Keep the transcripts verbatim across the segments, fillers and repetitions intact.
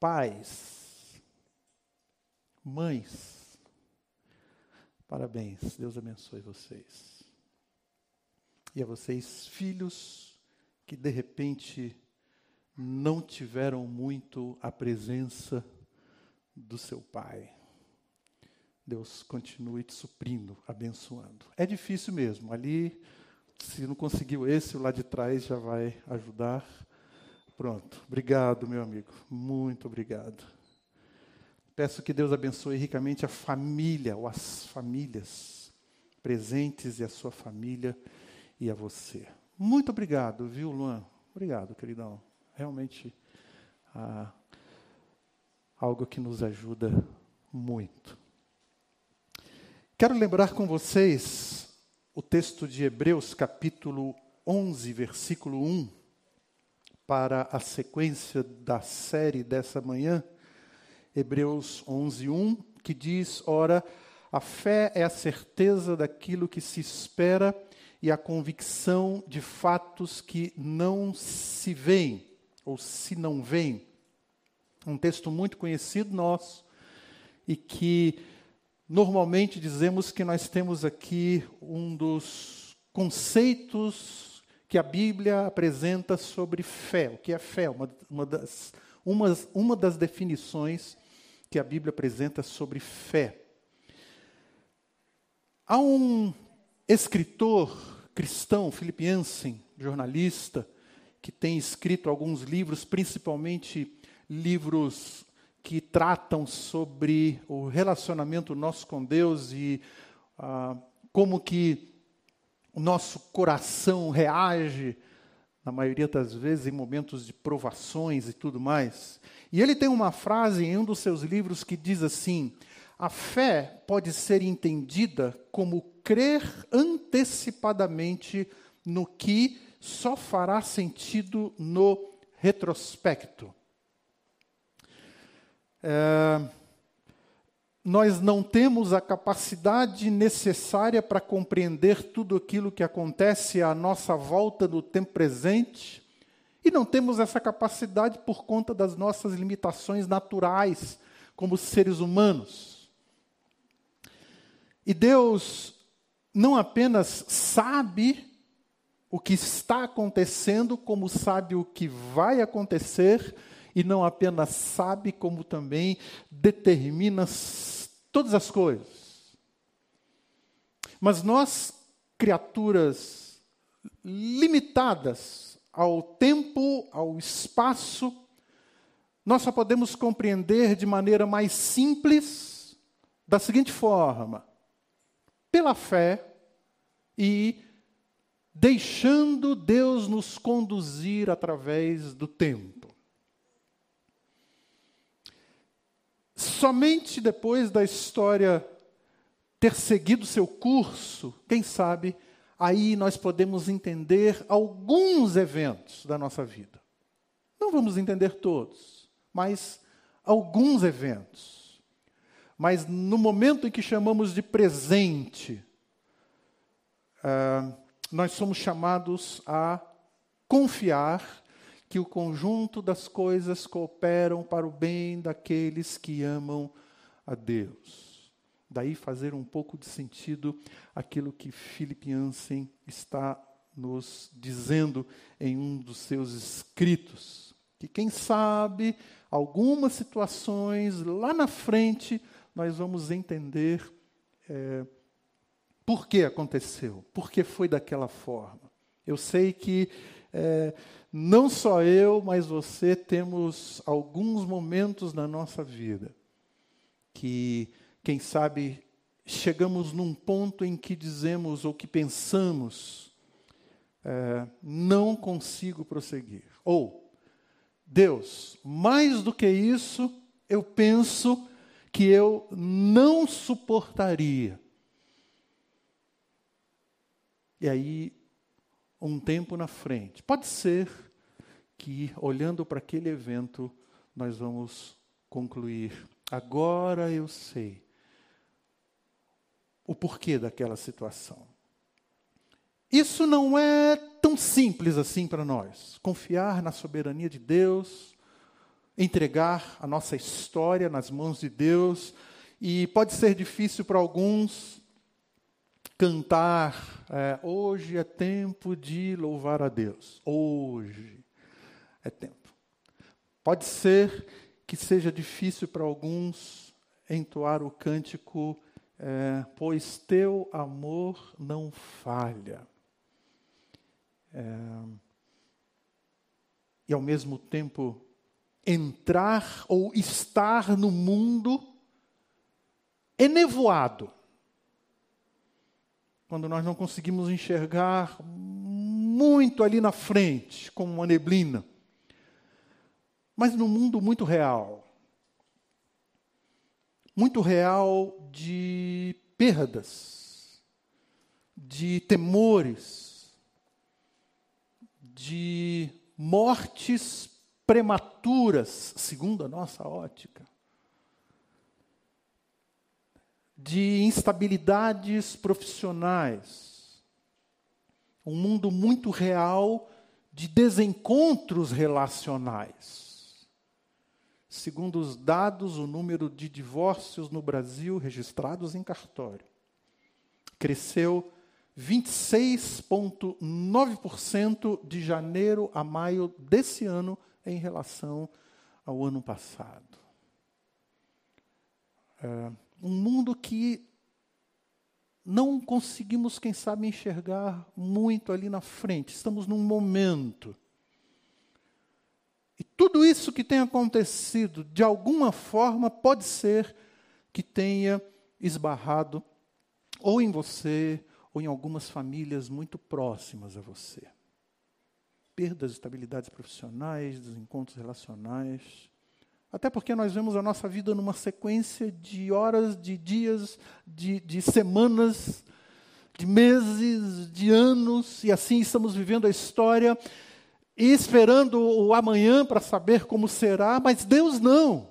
Pais, mães, parabéns, Deus abençoe vocês. E a vocês, filhos, que de repente não tiveram muito a presença do seu pai. Deus continue te suprindo, abençoando. É difícil mesmo, ali, se não conseguiu esse, o lá de trás já vai ajudar. Pronto, obrigado, meu amigo, muito obrigado. Peço que Deus abençoe ricamente a família, ou as famílias presentes e a sua família e a você. Muito obrigado, viu, Luan? Obrigado, queridão. Realmente, ah, algo que nos ajuda muito. Quero lembrar com vocês o texto de Hebreus, capítulo onze, versículo um, para a sequência da série dessa manhã, Hebreus onze, um, que diz, ora, a fé é a certeza daquilo que se espera e a convicção de fatos que não se veem, ou se não veem. Um texto muito conhecido nosso, e que normalmente dizemos que nós temos aqui um dos conceitos que a Bíblia apresenta sobre fé. O que é fé? Uma, uma, das, uma, uma das definições que a Bíblia apresenta sobre fé. Há um escritor cristão, Philip Yancey, jornalista, que tem escrito alguns livros, principalmente livros que tratam sobre o relacionamento nosso com Deus e ah, como que o nosso coração reage, na maioria das vezes, em momentos de provações e tudo mais. E ele tem uma frase em um dos seus livros que diz assim, a fé pode ser entendida como crer antecipadamente no que só fará sentido no retrospecto. É, nós não temos a capacidade necessária para compreender tudo aquilo que acontece à nossa volta no tempo presente, e não temos essa capacidade por conta das nossas limitações naturais como seres humanos. E Deus não apenas sabe o que está acontecendo, como sabe o que vai acontecer, e não apenas sabe, como também determina todas as coisas. Mas nós, criaturas limitadas ao tempo, ao espaço, nós só podemos compreender de maneira mais simples, da seguinte forma, pela fé e deixando Deus nos conduzir através do tempo. Somente depois da história ter seguido seu curso, quem sabe, aí nós podemos entender alguns eventos da nossa vida. Não vamos entender todos, mas alguns eventos. Mas no momento em que chamamos de presente, uh, nós somos chamados a confiar que o conjunto das coisas cooperam para o bem daqueles que amam a Deus. Daí fazer um pouco de sentido aquilo que Philip Yancey está nos dizendo em um dos seus escritos. Que quem sabe, algumas situações lá na frente, nós vamos entender é, por que aconteceu, por que foi daquela forma. Eu sei que é, não só eu, mas você temos alguns momentos na nossa vida que, quem sabe, chegamos num ponto em que dizemos ou que pensamos, é, não consigo prosseguir. Ou, Deus, mais do que isso, eu penso que eu não suportaria. E aí, um tempo na frente. Pode ser que, olhando para aquele evento, nós vamos concluir. Agora eu sei o porquê daquela situação. Isso não é tão simples assim para nós. Confiar na soberania de Deus, entregar a nossa história nas mãos de Deus. E pode ser difícil para alguns cantar, é, hoje é tempo de louvar a Deus. Hoje é tempo. Pode ser que seja difícil para alguns entoar o cântico, é, pois teu amor não falha. É, e ao mesmo tempo entrar ou estar no mundo enevoado, quando nós não conseguimos enxergar muito ali na frente, como uma neblina, mas num mundo muito real, muito real de perdas, de temores, de mortes prematuras, segundo a nossa ótica, de instabilidades profissionais, um mundo muito real de desencontros relacionais. Segundo os dados, o número de divórcios no Brasil registrados em cartório cresceu vinte e seis vírgula nove por cento de janeiro a maio desse ano em relação ao ano passado. É, um mundo que não conseguimos, quem sabe, enxergar muito ali na frente. Estamos num momento. E tudo isso que tem acontecido, de alguma forma, pode ser que tenha esbarrado ou em você, ou em algumas famílias muito próximas a você. Perdas, estabilidades profissionais, desencontros relacionais. Até porque nós vemos a nossa vida numa sequência de horas, de dias, de, de semanas, de meses, de anos, e assim estamos vivendo a história, e esperando o amanhã para saber como será, mas Deus não.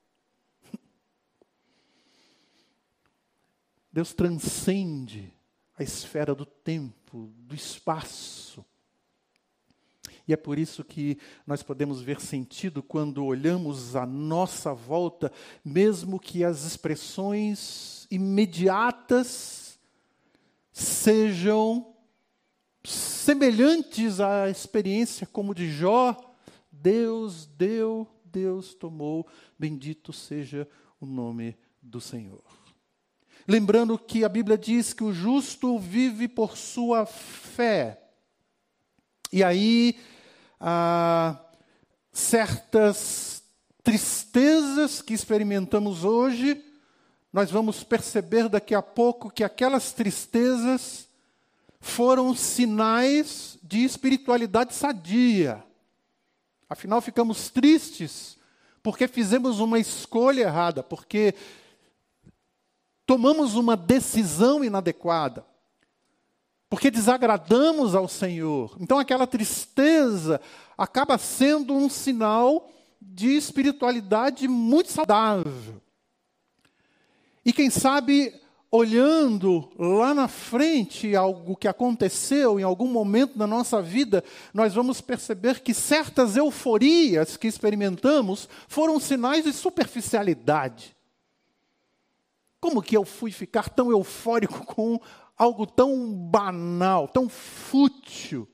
Deus transcende a esfera do tempo, do espaço. E é por isso que nós podemos ver sentido quando olhamos à nossa volta, mesmo que as expressões imediatas sejam semelhantes à experiência como de Jó. Deus deu, Deus tomou, bendito seja o nome do Senhor. Lembrando que a Bíblia diz que o justo vive por sua fé. E aí, ah, certas tristezas que experimentamos hoje, nós vamos perceber daqui a pouco que aquelas tristezas foram sinais de espiritualidade sadia. Afinal, ficamos tristes porque fizemos uma escolha errada, porque tomamos uma decisão inadequada, porque desagradamos ao Senhor. Então aquela tristeza acaba sendo um sinal de espiritualidade muito saudável. E quem sabe, olhando lá na frente algo que aconteceu em algum momento da nossa vida, nós vamos perceber que certas euforias que experimentamos foram sinais de superficialidade. Como que eu fui ficar tão eufórico com algo tão banal, tão fútil?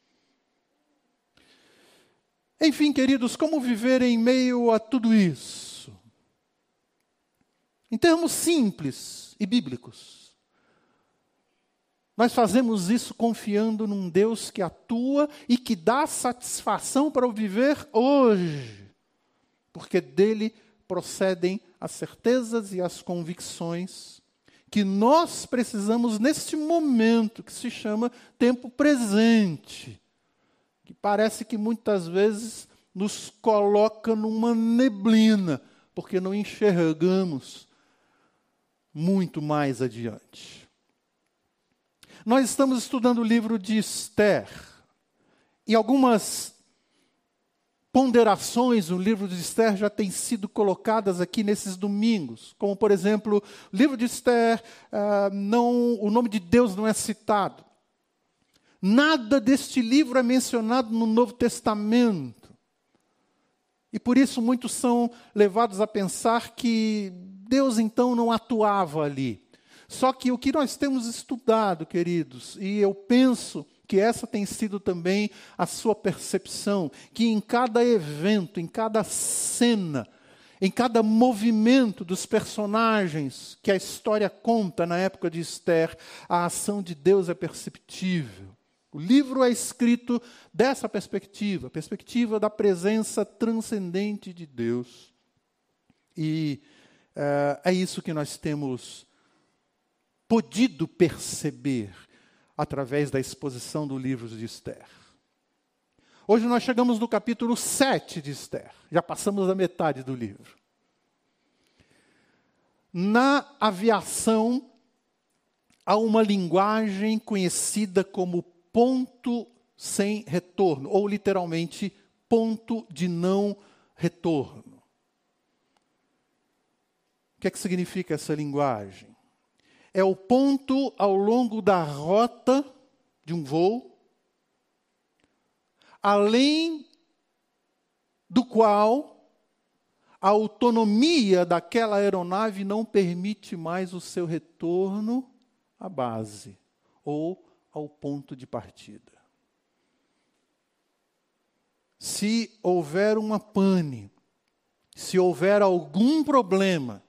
Enfim, queridos, como viver em meio a tudo isso? Em termos simples e bíblicos, nós fazemos isso confiando num Deus que atua e que dá satisfação para o viver hoje, porque dele procedem as certezas e as convicções que nós precisamos neste momento, que se chama tempo presente, que parece que muitas vezes nos coloca numa neblina, porque não enxergamos muito mais adiante. Nós estamos estudando o livro de Esther, e algumas ponderações no livro de Esther já têm sido colocadas aqui nesses domingos, como, por exemplo, o livro de Esther, uh, não, o nome de Deus não é citado. Nada deste livro é mencionado no Novo Testamento. E por isso muitos são levados a pensar que Deus então não atuava ali. Só que o que nós temos estudado, queridos, e eu penso que essa tem sido também a sua percepção, que em cada evento, em cada cena, em cada movimento dos personagens que a história conta na época de Esther, a ação de Deus é perceptível. O livro é escrito dessa perspectiva, a perspectiva da presença transcendente de Deus. E é, é isso que nós temos podido perceber através da exposição do livro de Esther. Hoje nós chegamos no capítulo sete de Esther. Já passamos a metade do livro. Na aviação, há uma linguagem conhecida como ponto sem retorno, ou literalmente, ponto de não retorno. O que é que significa essa linguagem? É o ponto ao longo da rota de um voo, além do qual a autonomia daquela aeronave não permite mais o seu retorno à base ou ao ponto de partida. Se houver uma pane, se houver algum problema,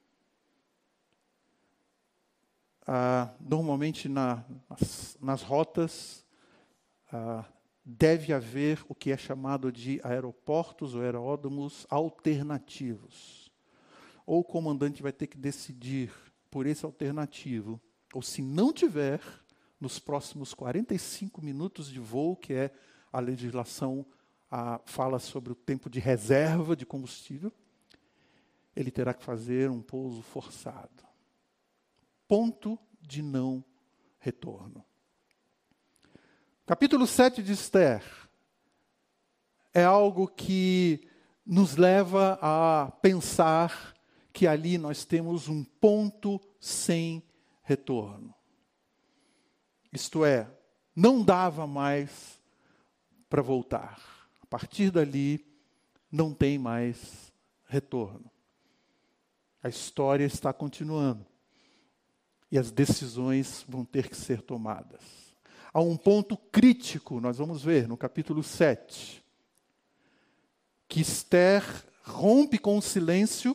ah, normalmente na, nas, nas rotas ah, deve haver o que é chamado de aeroportos ou aeródromos alternativos. Ou o comandante vai ter que decidir por esse alternativo, ou se não tiver, nos próximos quarenta e cinco minutos de voo, que é a legislação a, fala sobre o tempo de reserva de combustível, ele terá que fazer um pouso forçado. Ponto de não retorno. Capítulo sete de Esther é algo que nos leva a pensar que ali nós temos um ponto sem retorno. Isto é, não dava mais para voltar. A partir dali, não tem mais retorno. A história está continuando. E as decisões vão ter que ser tomadas. Há um ponto crítico, nós vamos ver no capítulo sete, que Esther rompe com o silêncio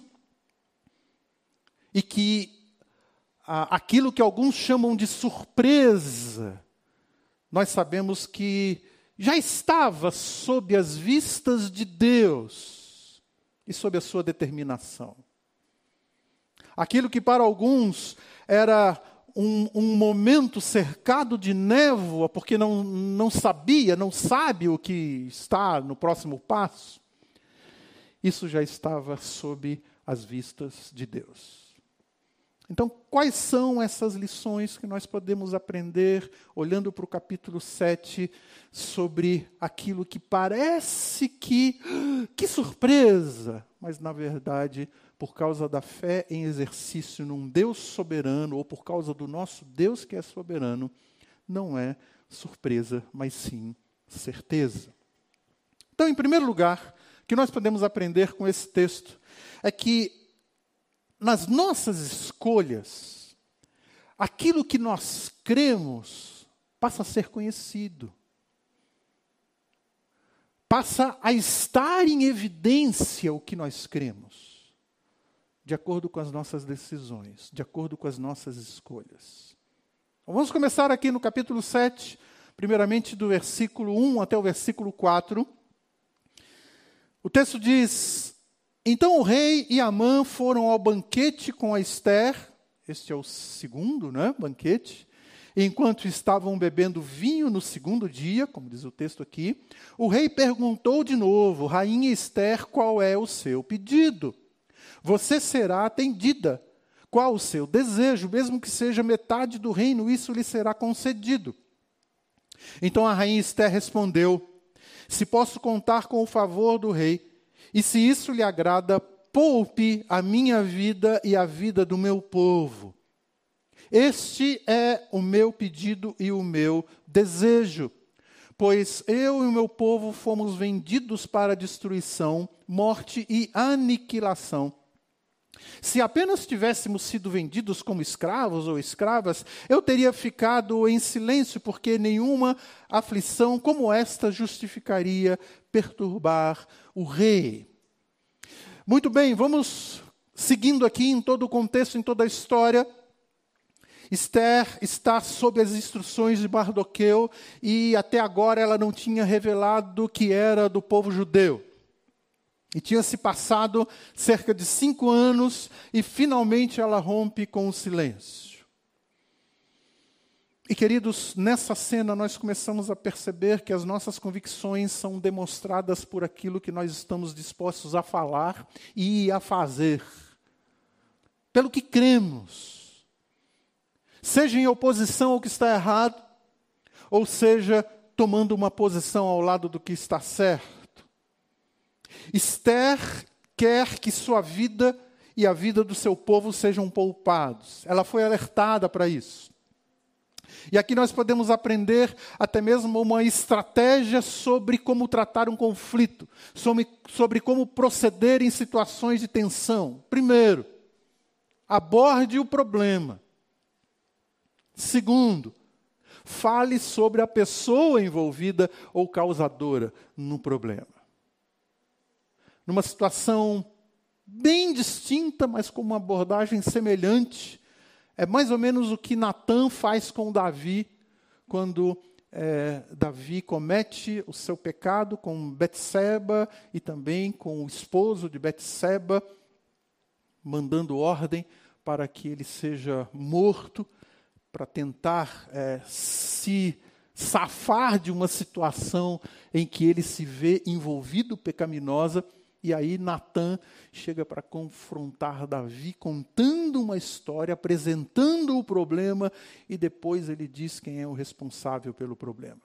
e que ah, aquilo que alguns chamam de surpresa, nós sabemos que já estava sob as vistas de Deus e sob a sua determinação. Aquilo que para alguns era um, um momento cercado de névoa, porque não, não sabia, não sabe o que está no próximo passo, isso já estava sob as vistas de Deus. Então, quais são essas lições que nós podemos aprender, olhando para o capítulo sete, sobre aquilo que parece que, que surpresa, mas na verdade, por causa da fé em exercício num Deus soberano, ou por causa do nosso Deus que é soberano, não é surpresa, mas sim certeza. Então, em primeiro lugar, o que nós podemos aprender com esse texto é que nas nossas escolhas, aquilo que nós cremos passa a ser conhecido. Passa a estar em evidência o que nós cremos, de acordo com as nossas decisões, de acordo com as nossas escolhas. Então, vamos começar aqui no capítulo sete, primeiramente do versículo um até o versículo quatro. O texto diz: então o rei e Amã foram ao banquete com a Esther, este é o segundo, né, banquete, enquanto estavam bebendo vinho no segundo dia, como diz o texto aqui, o rei perguntou de novo: rainha Esther, qual é o seu pedido? Você será atendida. Qual o seu desejo? Mesmo que seja metade do reino, isso lhe será concedido. Então a rainha Esther respondeu: se posso contar com o favor do rei, e se isso lhe agrada, poupe a minha vida e a vida do meu povo. Este é o meu pedido e o meu desejo. Pois eu e o meu povo fomos vendidos para destruição, morte e aniquilação. Se apenas tivéssemos sido vendidos como escravos ou escravas, eu teria ficado em silêncio, porque nenhuma aflição como esta justificaria perturbar o rei. Muito bem, vamos seguindo aqui em todo o contexto, em toda a história. Esther está sob as instruções de Mardoqueu e até agora ela não tinha revelado que era do povo judeu. E tinha se passado cerca de cinco anos e finalmente ela rompe com o silêncio. E queridos, nessa cena nós começamos a perceber que as nossas convicções são demonstradas por aquilo que nós estamos dispostos a falar e a fazer. Pelo que cremos. Seja em oposição ao que está errado, ou seja, tomando uma posição ao lado do que está certo. Esther quer que sua vida e a vida do seu povo sejam poupados. Ela foi alertada para isso. E aqui nós podemos aprender até mesmo uma estratégia sobre como tratar um conflito, sobre, sobre como proceder em situações de tensão. Primeiro, aborde o problema. Segundo, fale sobre a pessoa envolvida ou causadora no problema. Numa situação bem distinta, mas com uma abordagem semelhante, é mais ou menos o que Natã faz com Davi, quando é, Davi comete o seu pecado com Betseba e também com o esposo de Betseba, mandando ordem para que ele seja morto, para tentar é, se safar de uma situação em que ele se vê envolvido pecaminosa. E aí Natã chega para confrontar Davi, contando uma história, apresentando o problema, e depois ele diz quem é o responsável pelo problema.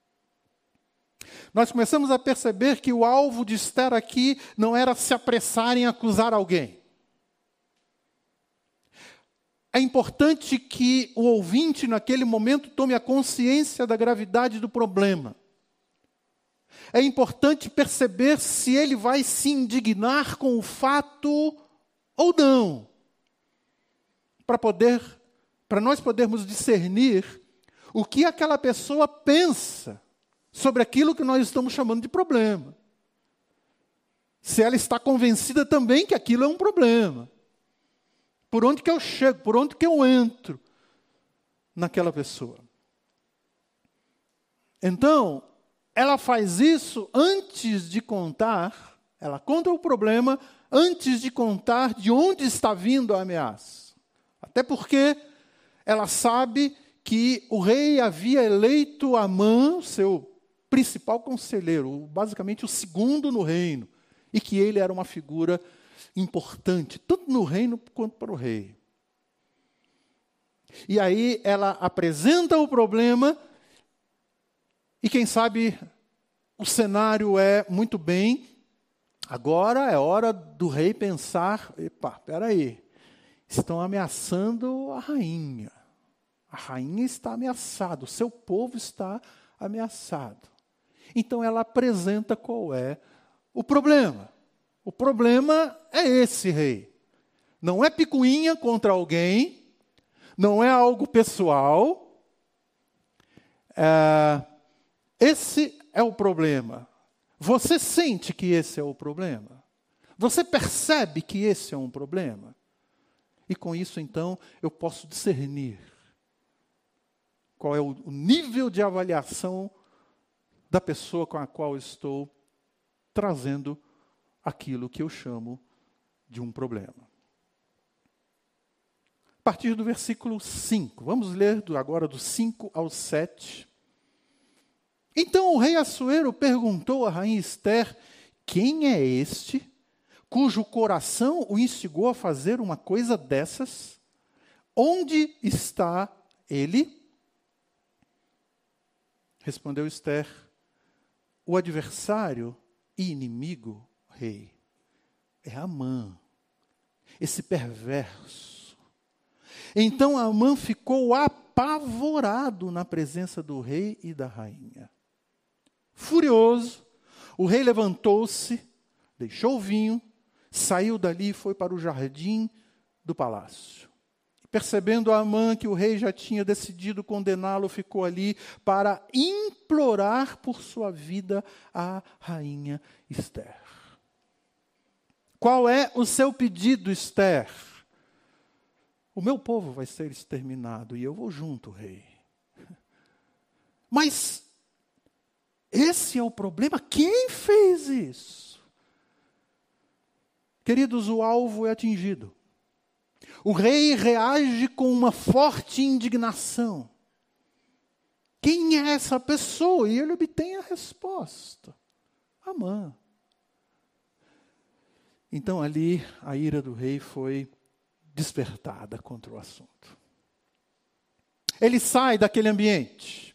Nós começamos a perceber que o alvo de Esther aqui não era se apressar em acusar alguém. É importante que o ouvinte, naquele momento, tome a consciência da gravidade do problema. É importante perceber se ele vai se indignar com o fato ou não. Para poder, para nós podermos discernir o que aquela pessoa pensa sobre aquilo que nós estamos chamando de problema. Se ela está convencida também que aquilo é um problema. Por onde que eu chego, por onde que eu entro naquela pessoa. Então, ela faz isso antes de contar, ela conta o problema antes de contar de onde está vindo a ameaça. Até porque ela sabe que o rei havia eleito Amã, seu principal conselheiro, basicamente o segundo no reino, e que ele era uma figura importante, tanto no reino quanto para o rei. E aí ela apresenta o problema, e quem sabe o cenário é muito bem, agora é hora do rei pensar, epa, peraí, estão ameaçando a rainha. A rainha está ameaçada, o seu povo está ameaçado. Então ela apresenta qual é o problema. O problema é esse, rei. Não é picuinha contra alguém, não é algo pessoal. É, esse é o problema. Você sente que esse é o problema? Você percebe que esse é um problema? E com isso, então, eu posso discernir qual é o nível de avaliação da pessoa com a qual estou trazendo aquilo que eu chamo de um problema. A partir do versículo cinco, vamos ler agora do cinco ao sete. Então o rei Assuero perguntou à rainha Esther, quem é este cujo coração o instigou a fazer uma coisa dessas? Onde está ele? Respondeu Esther, o adversário e inimigo, rei, é Amã, esse perverso. Então Amã ficou apavorado na presença do rei e da rainha. Furioso, o rei levantou-se, deixou o vinho, saiu dali e foi para o jardim do palácio. Percebendo Amã que o rei já tinha decidido condená-lo, ficou ali para implorar por sua vida a rainha Ester. Qual é o seu pedido, Ester? O meu povo vai ser exterminado e eu vou junto, rei. Mas esse é o problema. Quem fez isso? Queridos, o alvo é atingido. O rei reage com uma forte indignação. Quem é essa pessoa? E ele obtém a resposta. Amã. Então ali a ira do rei foi despertada contra o assunto. Ele sai daquele ambiente.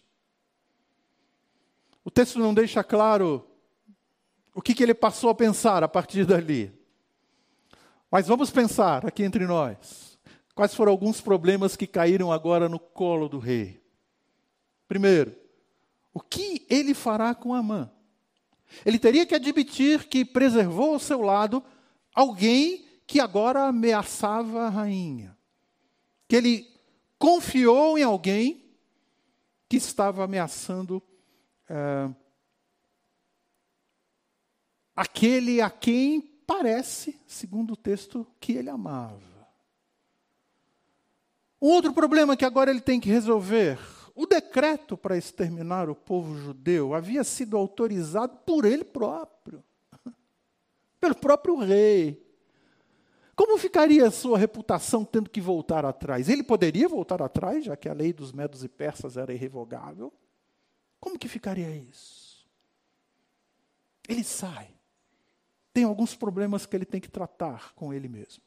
O texto não deixa claro o que, que ele passou a pensar a partir dali. Mas vamos pensar aqui entre nós. Quais foram alguns problemas que caíram agora no colo do rei? Primeiro, o que ele fará com Amã? Ele teria que admitir que preservou ao seu lado alguém que agora ameaçava a rainha. Que ele confiou em alguém que estava ameaçando é, aquele a quem parece, segundo o texto, que ele amava. Um outro problema que agora ele tem que resolver. O decreto para exterminar o povo judeu havia sido autorizado por ele próprio. Pelo próprio rei. Como ficaria a sua reputação tendo que voltar atrás? Ele poderia voltar atrás, já que a lei dos medos e persas era irrevogável? Como que ficaria isso? Ele sai. Tem alguns problemas que ele tem que tratar com ele mesmo.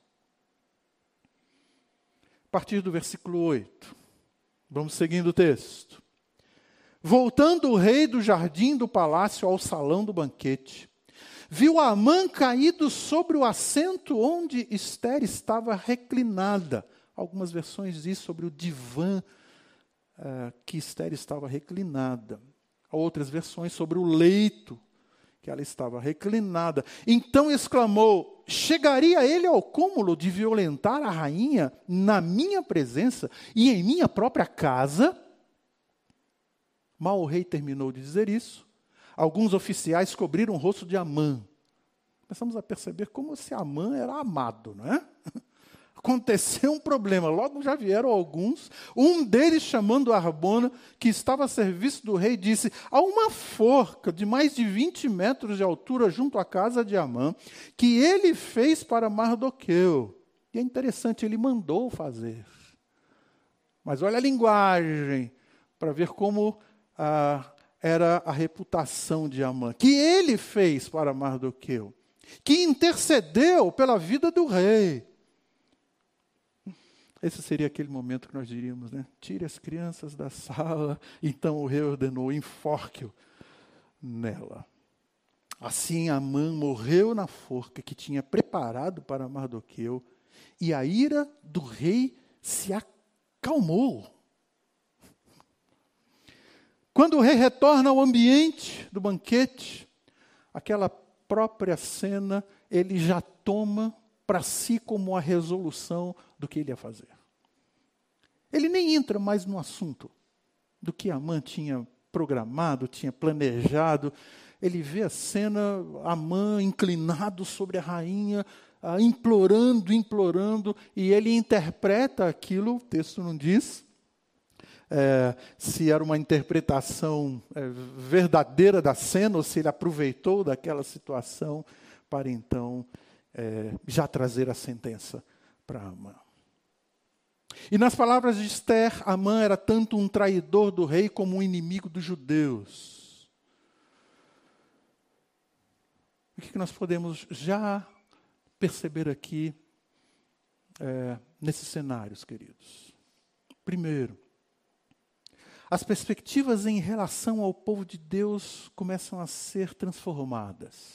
A partir do versículo oito, vamos seguindo o texto. Voltando o rei do jardim do palácio ao salão do banquete, viu Amã caído sobre o assento onde Ester estava reclinada. Algumas versões dizem sobre o divã uh, que Ester estava reclinada. Há outras versões sobre o leito que ela estava reclinada. Então exclamou: chegaria ele ao cúmulo de violentar a rainha na minha presença e em minha própria casa? Mal o rei terminou de dizer isso, alguns oficiais cobriram o rosto de Amã. Começamos a perceber como se Amã era amado, não é? Aconteceu um problema, logo já vieram alguns, um deles chamando Arbona, que estava a serviço do rei, disse: há uma forca de mais de vinte metros de altura junto à casa de Amã, que ele fez para Mardoqueu. E é interessante, ele mandou fazer. Mas olha a linguagem, para ver como ah, era a reputação de Amã, que ele fez para Mardoqueu, que intercedeu pela vida do rei. Esse seria aquele momento que nós diríamos, né? Tire as crianças da sala. Então o rei ordenou: enforque-o nela. Assim Amã morreu na forca que tinha preparado para Mardoqueu, e a ira do rei se acalmou. Quando o rei retorna ao ambiente do banquete, aquela própria cena, ele já toma para si como a resolução do que ele ia fazer. Ele nem entra mais no assunto do que Amã tinha programado, tinha planejado. Ele vê a cena, Amã inclinado sobre a rainha, ah, implorando, implorando, e ele interpreta aquilo, o texto não diz, é, se era uma interpretação é, verdadeira da cena, ou se ele aproveitou daquela situação para então É, já trazer a sentença para Amã. E nas palavras de Ester, Amã era tanto um traidor do rei como um inimigo dos judeus. O que nós podemos já perceber aqui é, nesses cenários, queridos? Primeiro, as perspectivas em relação ao povo de Deus começam a ser transformadas.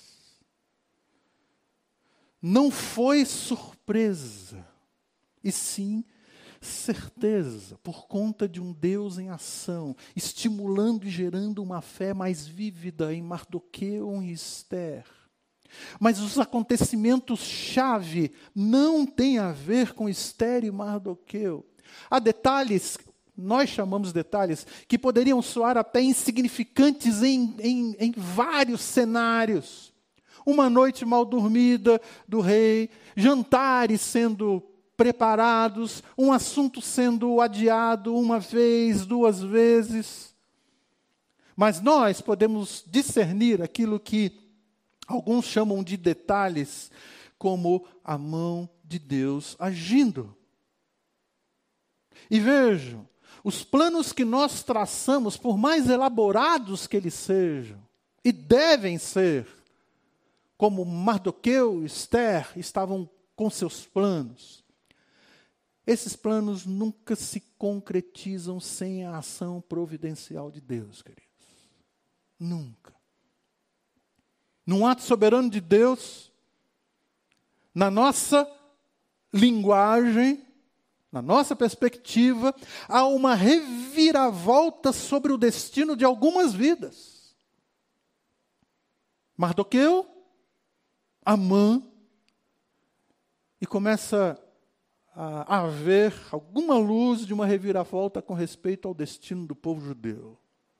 Não foi surpresa, e sim certeza, por conta de um Deus em ação, estimulando e gerando uma fé mais vívida em Mardoqueu e Esther. Mas os acontecimentos-chave não têm a ver com Esther e Mardoqueu. Há detalhes, nós chamamos detalhes, que poderiam soar até insignificantes em, em, em vários cenários. Uma noite mal dormida do rei, jantares sendo preparados, um assunto sendo adiado uma vez, duas vezes. Mas nós podemos discernir aquilo que alguns chamam de detalhes, como a mão de Deus agindo. E vejam, os planos que nós traçamos, por mais elaborados que eles sejam, e devem ser, como Mardoqueu e Esther estavam com seus planos, esses planos nunca se concretizam sem a ação providencial de Deus, queridos. Nunca. Num ato soberano de Deus, na nossa linguagem, na nossa perspectiva, há uma reviravolta sobre o destino de algumas vidas. Mardoqueu, Amã, e começa a haver alguma luz de uma reviravolta com respeito ao destino do povo judeu.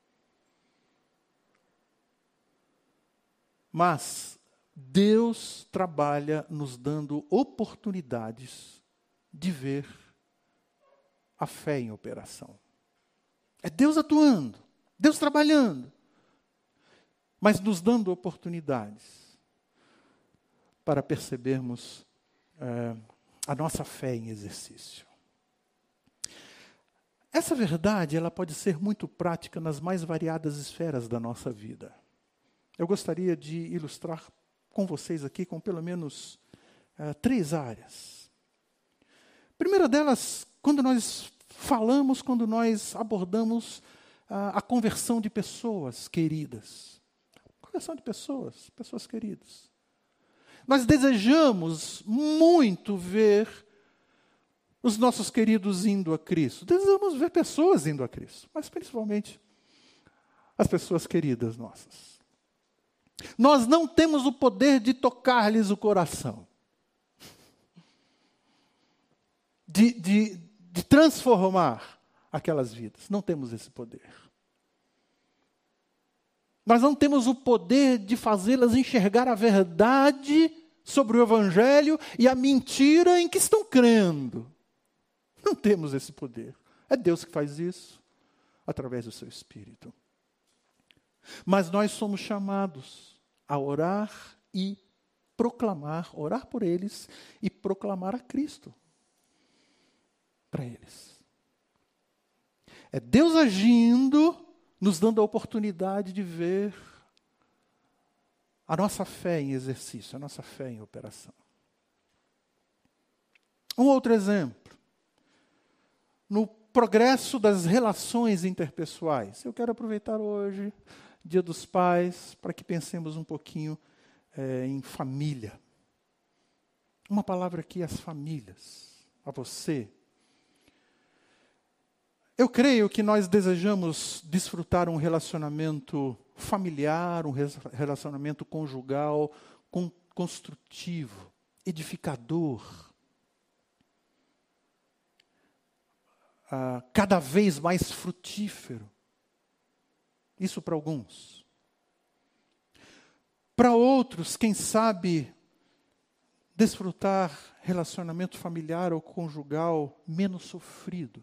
Mas Deus trabalha nos dando oportunidades de ver a fé em operação. É Deus atuando, Deus trabalhando, mas nos dando oportunidades para percebermos é, a nossa fé em exercício. Essa verdade, ela pode ser muito prática nas mais variadas esferas da nossa vida. Eu gostaria de ilustrar com vocês aqui com pelo menos uh, três áreas. A primeira delas, quando nós falamos, quando nós abordamos uh, a conversão de pessoas queridas. Conversão de pessoas, pessoas queridas. Nós desejamos muito ver os nossos queridos indo a Cristo. Desejamos ver pessoas indo a Cristo, mas principalmente as pessoas queridas nossas. Nós não temos o poder de tocar-lhes o coração, de, de, de transformar aquelas vidas. Não temos esse poder. Nós não temos o poder de fazê-las enxergar a verdade sobre o Evangelho e a mentira em que estão crendo. Não temos esse poder. É Deus que faz isso, através do seu Espírito. Mas nós somos chamados a orar e proclamar, orar por eles e proclamar a Cristo para eles. É Deus agindo, nos dando a oportunidade de ver a nossa fé em exercício, a nossa fé em operação. Um outro exemplo. No progresso das relações interpessoais. Eu quero aproveitar hoje, Dia dos Pais, para que pensemos um pouquinho é, em família. Uma palavra aqui às famílias, a você. Eu creio que nós desejamos desfrutar um relacionamento familiar, um relacionamento conjugal, construtivo, edificador. Uh, cada vez mais frutífero. Isso para alguns. Para outros, quem sabe, desfrutar relacionamento familiar ou conjugal menos sofrido.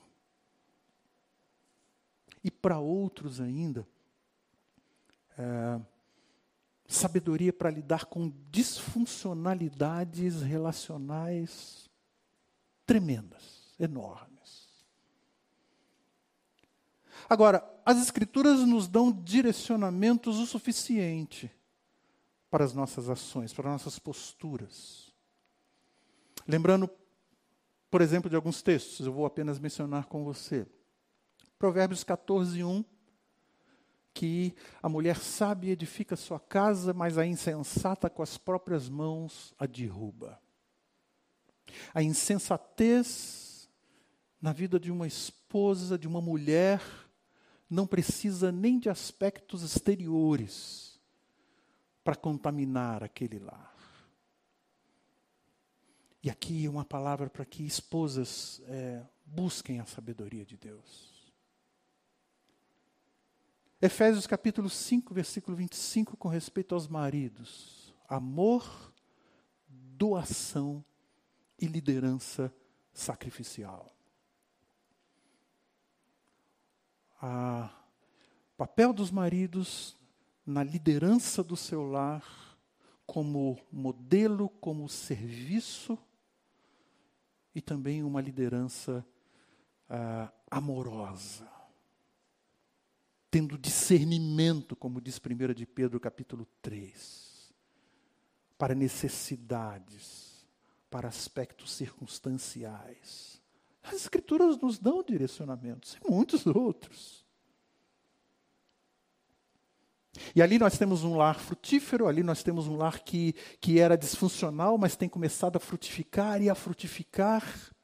E para outros ainda, é, sabedoria para lidar com disfuncionalidades relacionais tremendas, enormes. Agora, as Escrituras nos dão direcionamentos o suficiente para as nossas ações, para as nossas posturas. Lembrando, por exemplo, de alguns textos, eu vou apenas mencionar com você. Provérbios catorze, um, que a mulher sábia edifica sua casa, mas a insensata com as próprias mãos a derruba. A insensatez na vida de uma esposa, de uma mulher, não precisa nem de aspectos exteriores para contaminar aquele lar. E aqui uma palavra para que esposas é, busquem a sabedoria de Deus. Efésios capítulo cinco, versículo vinte e cinco, com respeito aos maridos. Amor, doação e liderança sacrificial. O papel dos maridos na liderança do seu lar, como modelo, como serviço, e também uma liderança ah, amorosa. Tendo discernimento, como diz primeira de Pedro, capítulo três, para necessidades, para aspectos circunstanciais. As Escrituras nos dão direcionamentos, e muitos outros. E ali nós temos um lar frutífero, ali nós temos um lar que, que era disfuncional, mas tem começado a frutificar e a frutificar.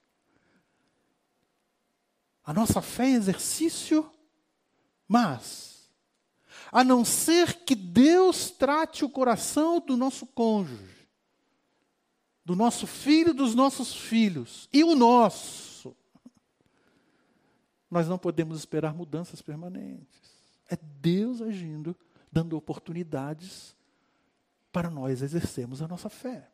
A nossa fé é exercício, mas, a não ser que Deus trate o coração do nosso cônjuge, do nosso filho, dos nossos filhos, e o nosso, nós não podemos esperar mudanças permanentes. É Deus agindo, dando oportunidades para nós exercermos a nossa fé.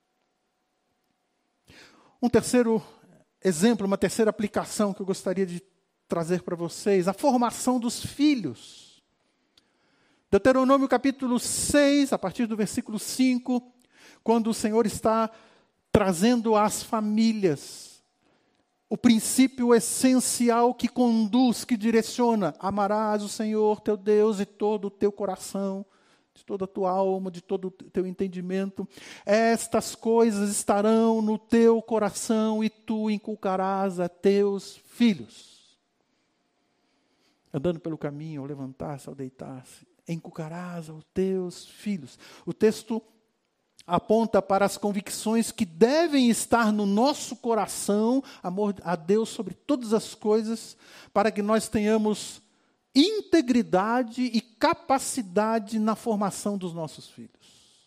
Um terceiro exemplo, uma terceira aplicação que eu gostaria de trazer para vocês, a formação dos filhos. Deuteronômio capítulo seis, a partir do versículo cinco, quando o Senhor está trazendo às famílias o princípio essencial que conduz, que direciona: amarás o Senhor teu Deus de todo o teu coração, de toda a tua alma, de todo o teu entendimento. Estas coisas estarão no teu coração e tu inculcarás a teus filhos. Andando pelo caminho, ao levantar-se, ao deitar-se, inculcarás aos teus filhos. O texto aponta para as convicções que devem estar no nosso coração, amor a Deus sobre todas as coisas, para que nós tenhamos integridade e capacidade na formação dos nossos filhos.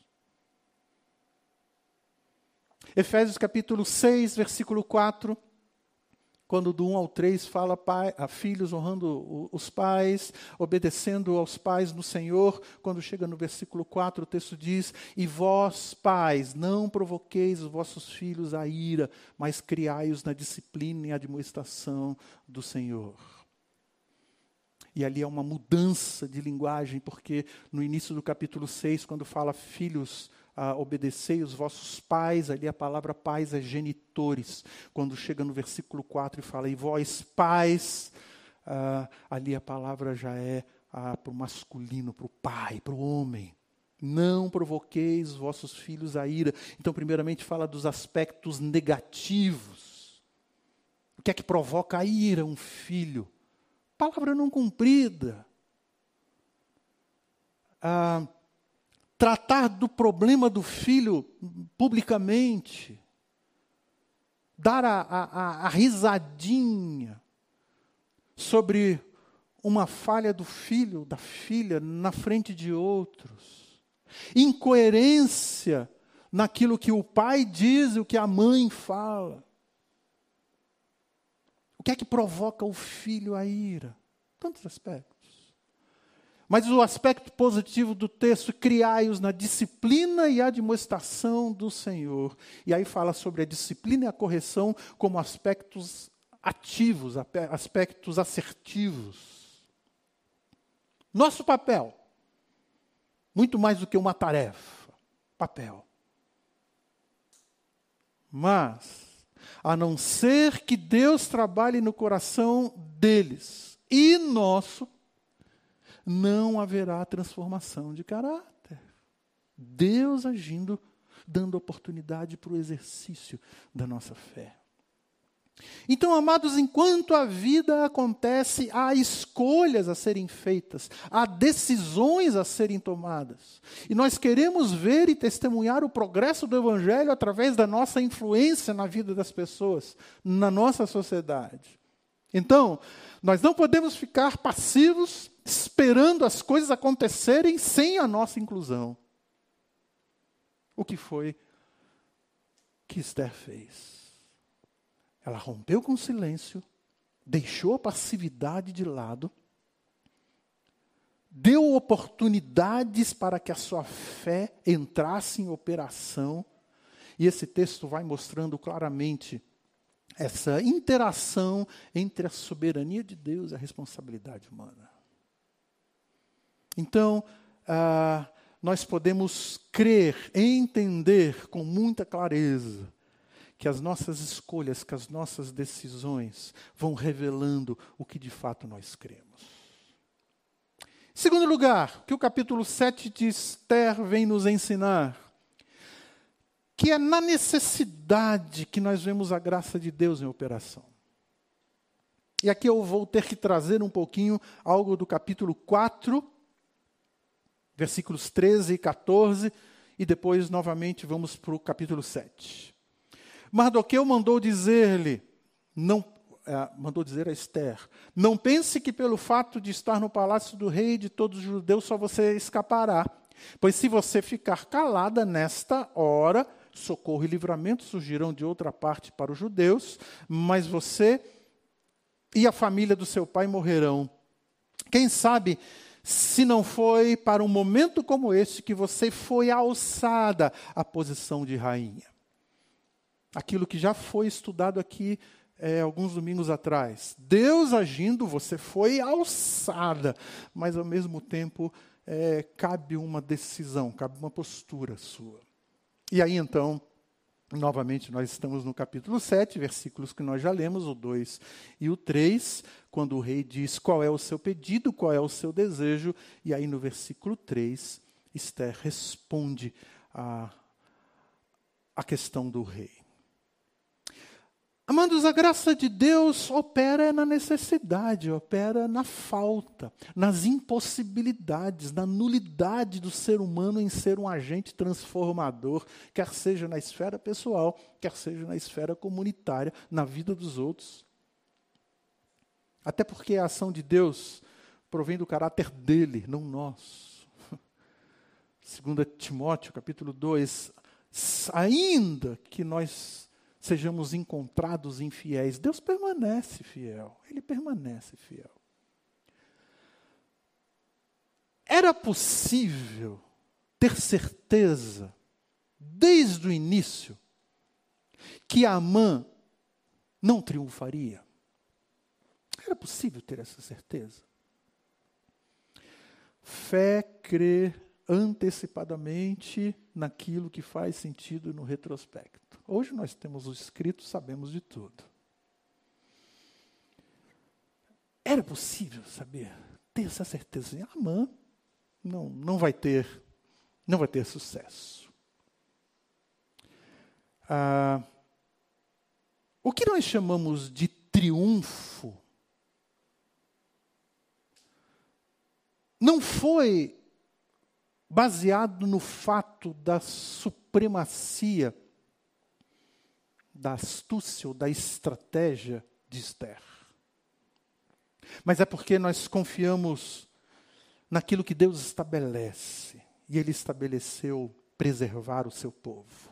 Efésios capítulo seis, versículo quatro, quando do um ao três fala pai, a filhos honrando os pais, obedecendo aos pais no Senhor. Quando chega no versículo quatro, o texto diz: e vós, pais, não provoqueis os vossos filhos à ira, mas criai-os na disciplina e admoestação do Senhor. E ali é uma mudança de linguagem, porque no início do capítulo seis, quando fala filhos, ah, obedecei os vossos pais, ali a palavra pais é genitores. Quando chega no versículo quatro e fala, e vós pais, ah, ali a palavra já é ah, para o masculino, para o pai, para o homem. Não provoqueis os vossos filhos à ira. Então, primeiramente, fala dos aspectos negativos. O que é que provoca a ira um filho? Palavra não cumprida. Ah, tratar do problema do filho publicamente. Dar a, a, a risadinha sobre uma falha do filho, da filha, na frente de outros. Incoerência naquilo que o pai diz e o que a mãe fala. O que é que provoca o filho a ira? Tantos aspectos. Mas o aspecto positivo do texto, criai-os na disciplina e admoestação do Senhor. E aí fala sobre a disciplina e a correção como aspectos ativos, aspectos assertivos. Nosso papel, muito mais do que uma tarefa, papel. Mas, a não ser que Deus trabalhe no coração deles e nosso, não haverá transformação de caráter. Deus agindo, dando oportunidade para o exercício da nossa fé. Então, amados, enquanto a vida acontece, há escolhas a serem feitas, há decisões a serem tomadas. E nós queremos ver e testemunhar o progresso do Evangelho através da nossa influência na vida das pessoas, na nossa sociedade. Então, nós não podemos ficar passivos, esperando as coisas acontecerem sem a nossa inclusão. O que foi que Esther fez? Ela rompeu com o silêncio, deixou a passividade de lado, deu oportunidades para que a sua fé entrasse em operação, e esse texto vai mostrando claramente essa interação entre a soberania de Deus e a responsabilidade humana. Então, ah, nós podemos crer, entender com muita clareza, que as nossas escolhas, que as nossas decisões vão revelando o que de fato nós cremos. Em segundo lugar, que o capítulo sete de Esther vem nos ensinar, que é na necessidade que nós vemos a graça de Deus em operação. E aqui eu vou ter que trazer um pouquinho algo do capítulo quatro, versículos treze e quatorze, e depois novamente vamos para o capítulo sete. Mardoqueu mandou dizer-lhe, não, é, mandou dizer a Esther, não pense que pelo fato de estar no palácio do rei de todos os judeus só você escapará, pois se você ficar calada nesta hora, socorro e livramento surgirão de outra parte para os judeus, mas você e a família do seu pai morrerão. Quem sabe se não foi para um momento como este que você foi alçada à posição de rainha. Aquilo que já foi estudado aqui é, alguns domingos atrás. Deus agindo, você foi alçada, mas ao mesmo tempo é, cabe uma decisão, cabe uma postura sua. E aí então, novamente nós estamos no capítulo sete, versículos que nós já lemos, o dois e o três, quando o rei diz qual é o seu pedido, qual é o seu desejo, e aí no versículo três, Esther responde a, a questão do rei. Amados, a graça de Deus opera na necessidade, opera na falta, nas impossibilidades, na nulidade do ser humano em ser um agente transformador, quer seja na esfera pessoal, quer seja na esfera comunitária, na vida dos outros. Até porque a ação de Deus provém do caráter dele, não nosso. Segundo Timóteo, capítulo dois, ainda que nós sejamos encontrados infiéis, Deus permanece fiel, Ele permanece fiel. Era possível ter certeza, desde o início, que Amã não triunfaria? Era possível ter essa certeza? Fé crê antecipadamente naquilo que faz sentido no retrospecto. Hoje nós temos o escrito, sabemos de tudo. Era possível saber, ter essa certeza. Amã não, não vai ter, não vai ter sucesso. Ah, o que nós chamamos de triunfo não foi baseado no fato da supremacia, da astúcia ou da estratégia de Esther. Mas é porque nós confiamos naquilo que Deus estabelece. E Ele estabeleceu preservar o seu povo.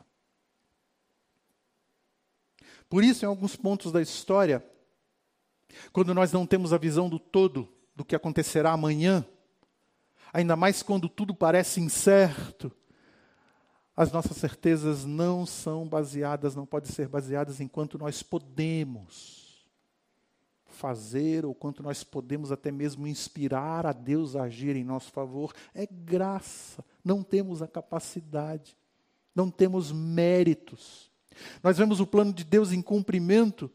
Por isso, em alguns pontos da história, quando nós não temos a visão do todo, do que acontecerá amanhã, ainda mais quando tudo parece incerto, as nossas certezas não são baseadas, não podem ser baseadas em quanto nós podemos fazer, ou quanto nós podemos até mesmo inspirar a Deus a agir em nosso favor. É graça, não temos a capacidade, não temos méritos. Nós vemos o plano de Deus em cumprimento,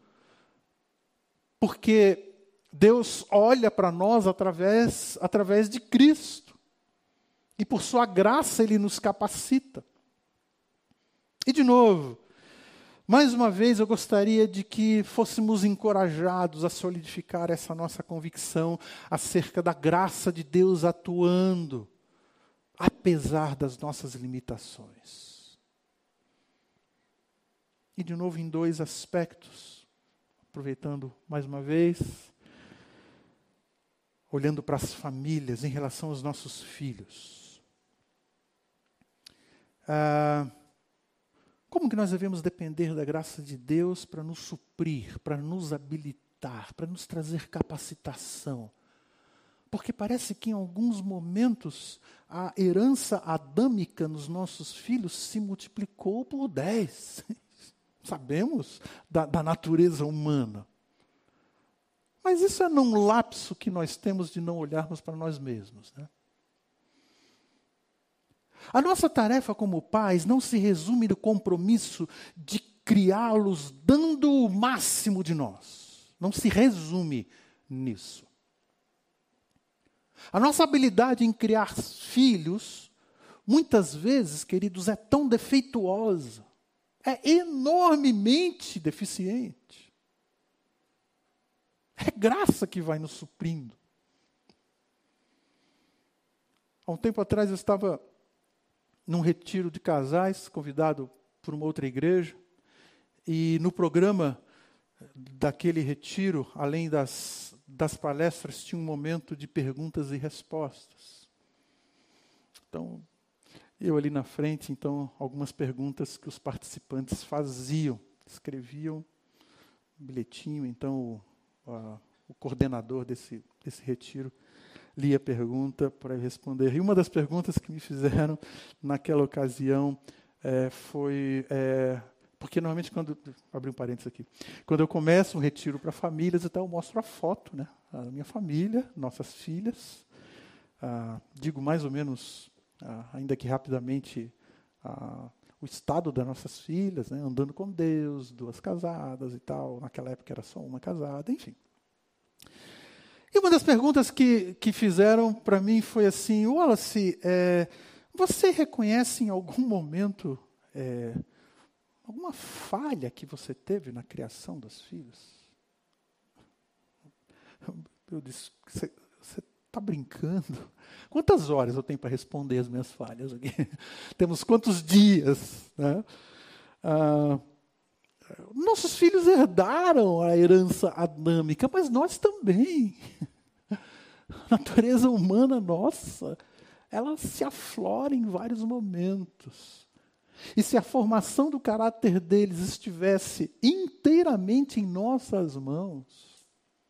porque Deus olha para nós através, através de Cristo. E por sua graça Ele nos capacita. E de novo, Mais uma vez, eu gostaria de que fôssemos encorajados a solidificar essa nossa convicção acerca da graça de Deus atuando, apesar das nossas limitações. E de novo em dois aspectos, aproveitando mais uma vez, olhando para as famílias em relação aos nossos filhos. Ah, como que nós devemos depender da graça de Deus para nos suprir, para nos habilitar, para nos trazer capacitação? Porque parece que em alguns momentos a herança adâmica nos nossos filhos se multiplicou por dez. Sabemos da, da natureza humana. Mas isso é num lapso que nós temos de não olharmos para nós mesmos, né? A nossa tarefa como pais não se resume no compromisso de criá-los dando o máximo de nós. Não se resume nisso. A nossa habilidade em criar filhos, muitas vezes, queridos, é tão defeituosa, é enormemente deficiente. É graça que vai nos suprindo. Há um tempo atrás eu estava num retiro de casais, convidado por uma outra igreja, e no programa daquele retiro, além das, das palestras, tinha um momento de perguntas e respostas. Então, eu ali na frente, então, algumas perguntas que os participantes faziam, escreviam um bilhetinho, então o, a, o coordenador desse, desse retiro li a pergunta para responder. E uma das perguntas que me fizeram naquela ocasião é, foi... É, porque normalmente quando... Abri um parênteses aqui. Quando eu começo um retiro para famílias, então eu mostro a foto, né? A minha família, nossas filhas. Ah, digo mais ou menos, ah, ainda que rapidamente, ah, o estado das nossas filhas, né? Andando com Deus, duas casadas e tal. Naquela época era só uma casada, enfim. E uma das perguntas que, que fizeram para mim foi assim: Wallace, é, você reconhece em algum momento é, alguma falha que você teve na criação dos filhos? Eu disse, você está brincando? Quantas horas eu tenho para responder as minhas falhas aqui? Temos quantos dias? Né? Ah, nossos filhos herdaram a herança adâmica, mas nós também. A natureza humana nossa, ela se aflora em vários momentos. E se a formação do caráter deles estivesse inteiramente em nossas mãos,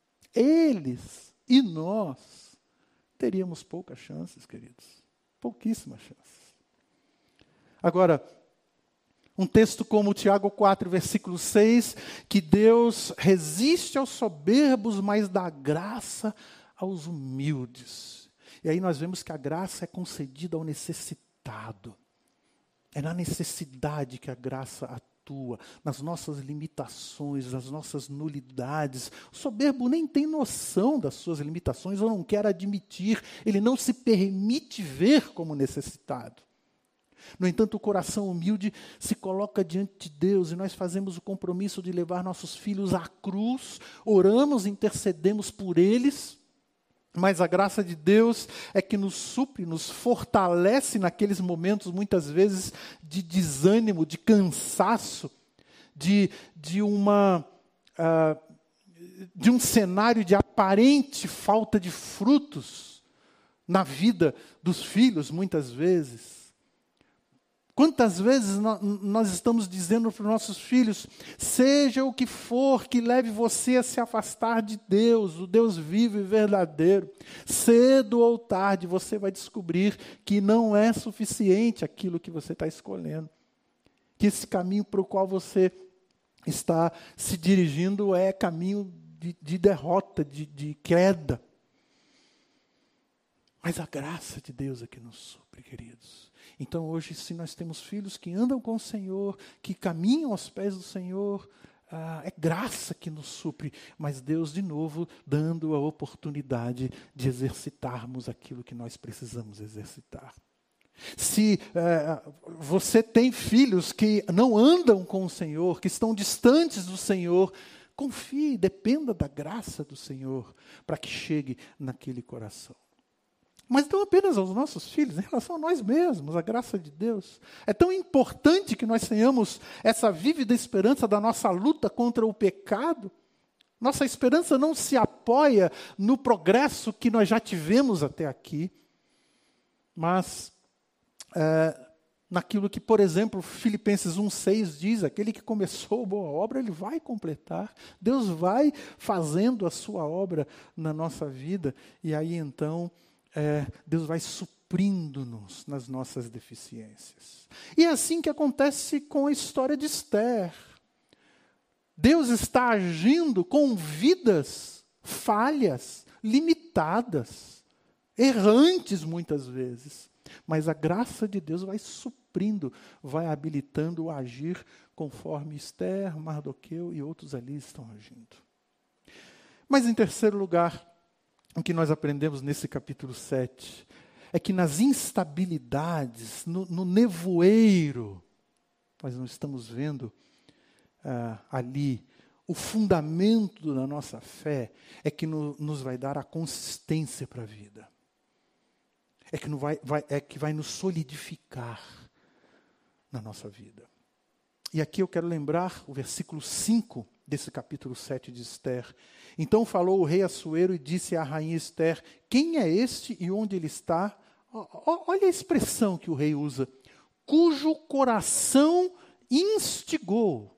eles e nós teríamos poucas chances, queridos. Pouquíssimas chances. Agora, um texto como Tiago quatro, versículo seis, que Deus resiste aos soberbos, mas dá graça aos humildes. E aí nós vemos que a graça é concedida ao necessitado. É na necessidade que a graça atua, nas nossas limitações, nas nossas nulidades. O soberbo nem tem noção das suas limitações, ou não quer admitir, ele não se permite ver como necessitado. No entanto, o coração humilde se coloca diante de Deus e nós fazemos o compromisso de levar nossos filhos à cruz, oramos, intercedemos por eles, mas a graça de Deus é que nos supre, nos fortalece naqueles momentos, muitas vezes, de desânimo, de cansaço, de, de, uma, uh, de um cenário de aparente falta de frutos na vida dos filhos, muitas vezes. Quantas vezes nós estamos dizendo para os nossos filhos, seja o que for que leve você a se afastar de Deus, o Deus vivo e verdadeiro. Cedo ou tarde você vai descobrir que não é suficiente aquilo que você está escolhendo. Que esse caminho para o qual você está se dirigindo é caminho de, de derrota, de, de queda. Mas a graça de Deus é que nos supre, queridos. Então hoje, se nós temos filhos que andam com o Senhor, que caminham aos pés do Senhor, ah, é graça que nos supre, mas Deus de novo dando a oportunidade de exercitarmos aquilo que nós precisamos exercitar. Se é, você tem filhos que não andam com o Senhor, que estão distantes do Senhor, confie, dependa da graça do Senhor para que chegue naquele coração. Mas não apenas aos nossos filhos, em relação a nós mesmos, a graça de Deus. É tão importante que nós tenhamos essa vívida esperança da nossa luta contra o pecado. Nossa esperança não se apoia no progresso que nós já tivemos até aqui, mas é, naquilo que, por exemplo, Filipenses um, seis diz, aquele que começou a boa obra, ele vai completar. Deus vai fazendo a sua obra na nossa vida, e aí então... É, Deus vai suprindo-nos nas nossas deficiências. E é assim que acontece com a história de Esther. Deus está agindo com vidas falhas, limitadas, errantes muitas vezes. Mas a graça de Deus vai suprindo, vai habilitando o agir conforme Esther, Mardoqueu e outros ali estão agindo. Mas em terceiro lugar, o que nós aprendemos nesse capítulo sete é que nas instabilidades, no, no nevoeiro, nós não estamos vendo ah, ali o fundamento da nossa fé, é que no, nos vai dar a consistência para a vida. É que, não vai, vai, é que vai nos solidificar na nossa vida. E aqui eu quero lembrar o versículo cinco desse capítulo sete de Esther. Então falou o rei Assuero e disse à rainha Esther, quem é este e onde ele está? Olha a expressão que o rei usa. Cujo coração instigou.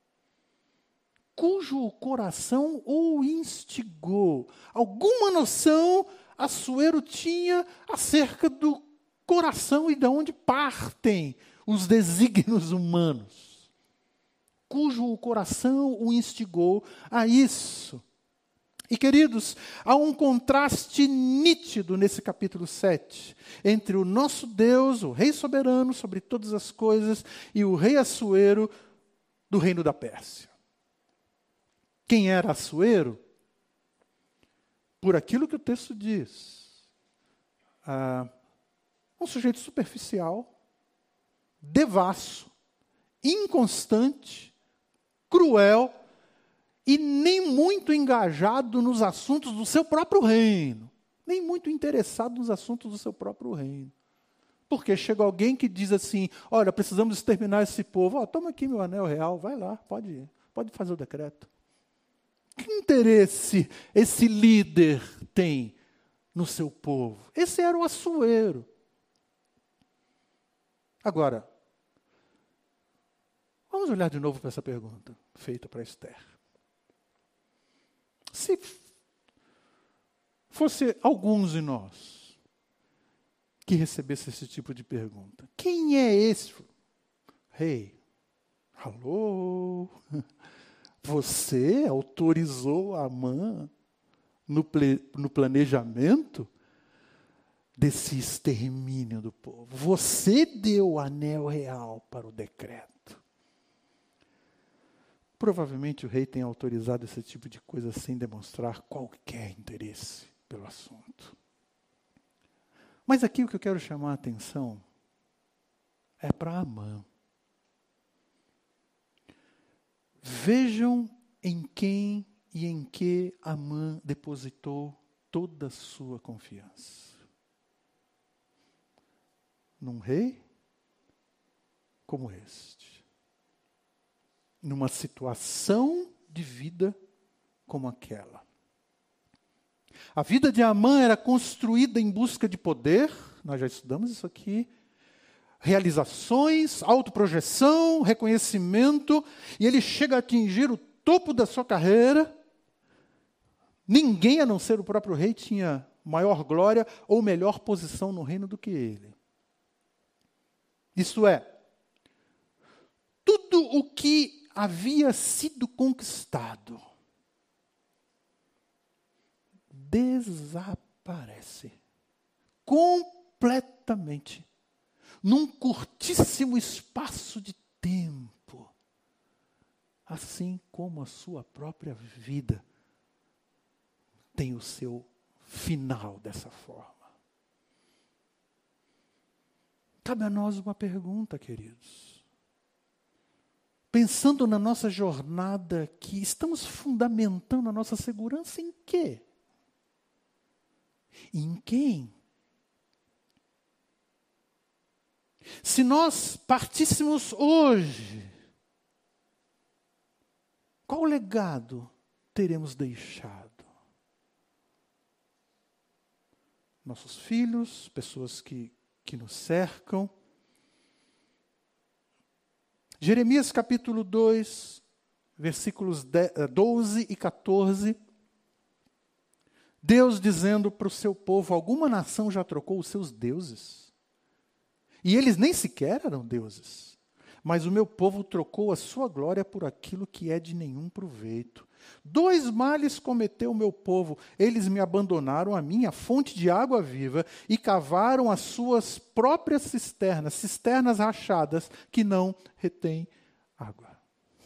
Cujo coração o instigou. Alguma noção Assuero tinha acerca do coração e de onde partem os desígnios humanos. Cujo o coração o instigou a isso. E, queridos, há um contraste nítido nesse capítulo sete, entre o nosso Deus, o Rei soberano sobre todas as coisas, e o rei Assuero do reino da Pérsia. Quem era Assuero? Por aquilo que o texto diz. Ah, um sujeito superficial, devasso, inconstante, cruel e nem muito engajado nos assuntos do seu próprio reino. Nem muito interessado nos assuntos do seu próprio reino. Porque chega alguém que diz assim, olha, precisamos exterminar esse povo. Oh, toma aqui meu anel real, vai lá, pode, pode fazer o decreto. Que interesse esse líder tem no seu povo? Esse era o Assuero. Agora, vamos olhar de novo para essa pergunta, feita para Esther. Se fosse alguns de nós que recebesse esse tipo de pergunta, quem é esse? Rei, alô? Você autorizou Amã no, ple, no planejamento desse extermínio do povo? Você deu o anel real para o decreto. Provavelmente o rei tem autorizado esse tipo de coisa sem demonstrar qualquer interesse pelo assunto. Mas aqui o que eu quero chamar a atenção é para Amã. Vejam em quem e em que Amã depositou toda a sua confiança. Num rei como este. Numa situação de vida como aquela. A vida de Amã era construída em busca de poder, nós já estudamos isso aqui, realizações, autoprojeção, reconhecimento, e ele chega a atingir o topo da sua carreira. Ninguém, a não ser o próprio rei, tinha maior glória ou melhor posição no reino do que ele. Isto é, tudo o que havia sido conquistado desaparece completamente num curtíssimo espaço de tempo, assim como a sua própria vida tem o seu final dessa forma. Cabe a nós uma pergunta, queridos. Pensando na nossa jornada aqui, estamos fundamentando a nossa segurança em quê? Em quem? Se nós partíssemos hoje, qual legado teremos deixado? Nossos filhos, pessoas que, que nos cercam. Jeremias capítulo dois, versículos doze e quatorze. Deus dizendo para o seu povo: alguma nação já trocou os seus deuses? E eles nem sequer eram deuses. Mas o meu povo trocou a sua glória por aquilo que é de nenhum proveito. Dois males cometeu o meu povo. Eles me abandonaram a minha fonte de água viva e cavaram as suas próprias cisternas, cisternas rachadas que não retêm água.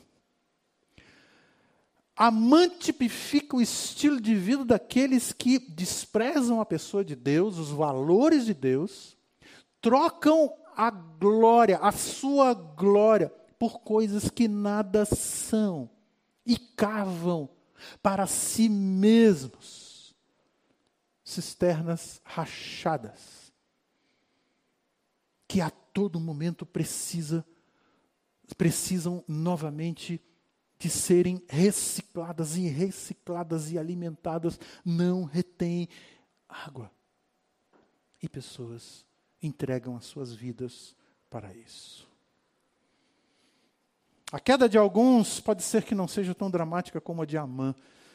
Amã tipifica o estilo de vida daqueles que desprezam a pessoa de Deus, os valores de Deus, trocam a glória, a sua glória, por coisas que nada são e cavam para si mesmos cisternas rachadas, que a todo momento precisa, precisam novamente de serem recicladas e recicladas e alimentadas, não retém água. E pessoas entregam as suas vidas para isso. A queda de alguns pode ser que não seja tão dramática como a de Amã.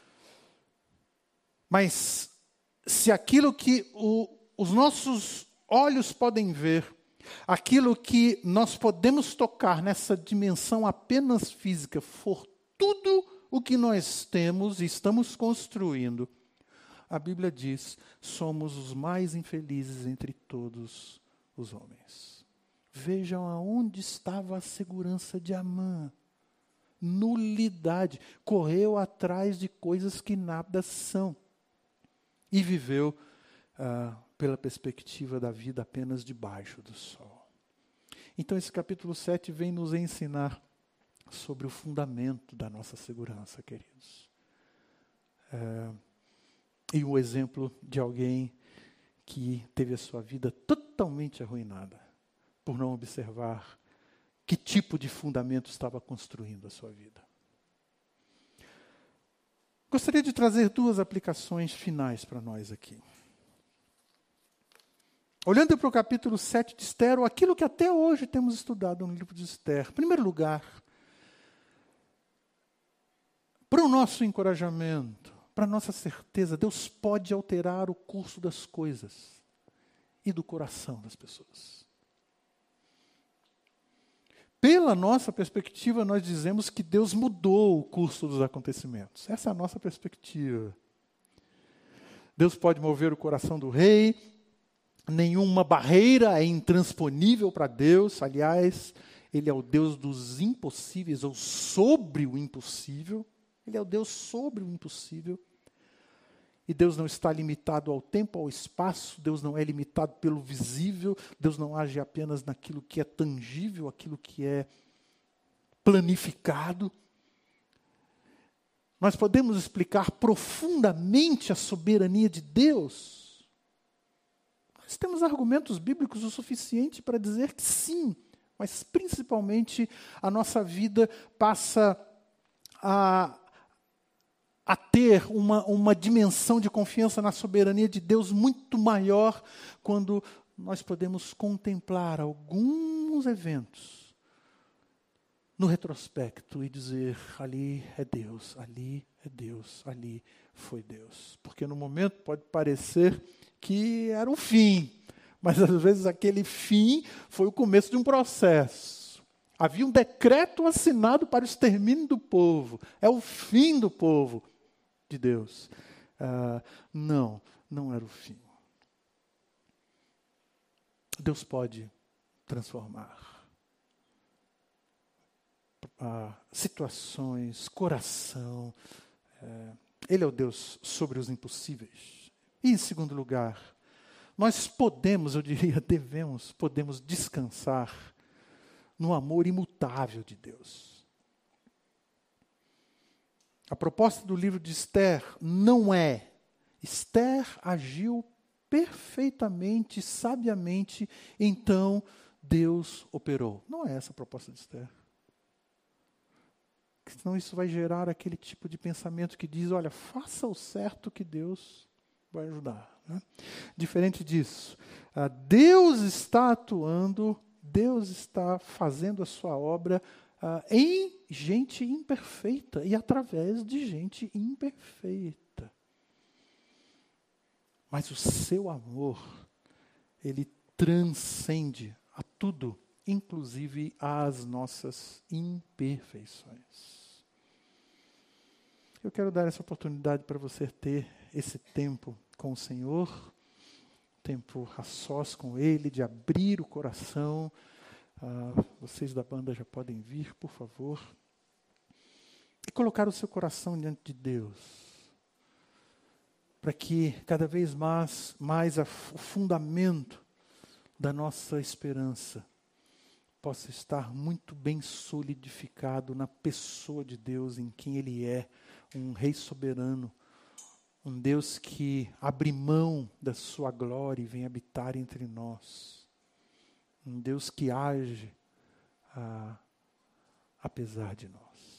Mas se aquilo que o, os nossos olhos podem ver, aquilo que nós podemos tocar nessa dimensão apenas física, for tudo o que nós temos e estamos construindo, a Bíblia diz: somos os mais infelizes entre todos os homens. Vejam aonde estava a segurança de Amã. Nulidade. Correu atrás de coisas que nada são. E viveu ah, pela perspectiva da vida apenas debaixo do sol. Então esse capítulo sete vem nos ensinar sobre o fundamento da nossa segurança, queridos. É, e o exemplo de alguém que teve a sua vida totalmente arruinada por não observar que tipo de fundamento estava construindo a sua vida. Gostaria de trazer duas aplicações finais para nós aqui. Olhando para o capítulo sete de Esther, aquilo que até hoje temos estudado no livro de Esther. Em primeiro lugar, para o nosso encorajamento, para a nossa certeza, Deus pode alterar o curso das coisas e do coração das pessoas. Pela nossa perspectiva, nós dizemos que Deus mudou o curso dos acontecimentos. Essa é a nossa perspectiva. Deus pode mover o coração do rei, nenhuma barreira é intransponível para Deus. Aliás, Ele é o Deus dos impossíveis, ou sobre o impossível. Ele é o Deus sobre o impossível. E Deus não está limitado ao tempo, ao espaço. Deus não é limitado pelo visível. Deus não age apenas naquilo que é tangível, aquilo que é planificado. Nós podemos explicar profundamente a soberania de Deus. Nós temos argumentos bíblicos o suficiente para dizer que sim, mas principalmente a nossa vida passa a a ter uma, uma dimensão de confiança na soberania de Deus muito maior quando nós podemos contemplar alguns eventos no retrospecto e dizer: ali é Deus, ali é Deus, ali foi Deus. Porque no momento pode parecer que era o fim, mas às vezes aquele fim foi o começo de um processo. Havia um decreto assinado para o extermínio do povo. É o fim do povo de Deus. Ah, não, não era o fim. Deus pode transformar ah, situações, coração. É, Ele é o Deus sobre os impossíveis. E, em segundo lugar, nós podemos, eu diria, devemos, podemos descansar no amor imutável de Deus. A proposta do livro de Esther não é, Esther agiu perfeitamente, sabiamente, então Deus operou. Não é essa a proposta de Esther. Porque senão isso vai gerar aquele tipo de pensamento que diz, olha, faça o certo que Deus vai ajudar. Né? Diferente disso, uh, Deus está atuando, Deus está fazendo a sua obra uh, em gente imperfeita e através de gente imperfeita. Mas o seu amor, ele transcende a tudo, inclusive às nossas imperfeições. Eu quero dar essa oportunidade para você ter esse tempo com o Senhor, tempo a sós com Ele, de abrir o coração. Ah, vocês da banda já podem vir, por favor. E colocar o seu coração diante de Deus, para que cada vez mais, mais a, o fundamento da nossa esperança possa estar muito bem solidificado na pessoa de Deus, em quem Ele é, um Rei soberano, um Deus que abre mão da sua glória e vem habitar entre nós, um Deus que age ah, apesar de nós.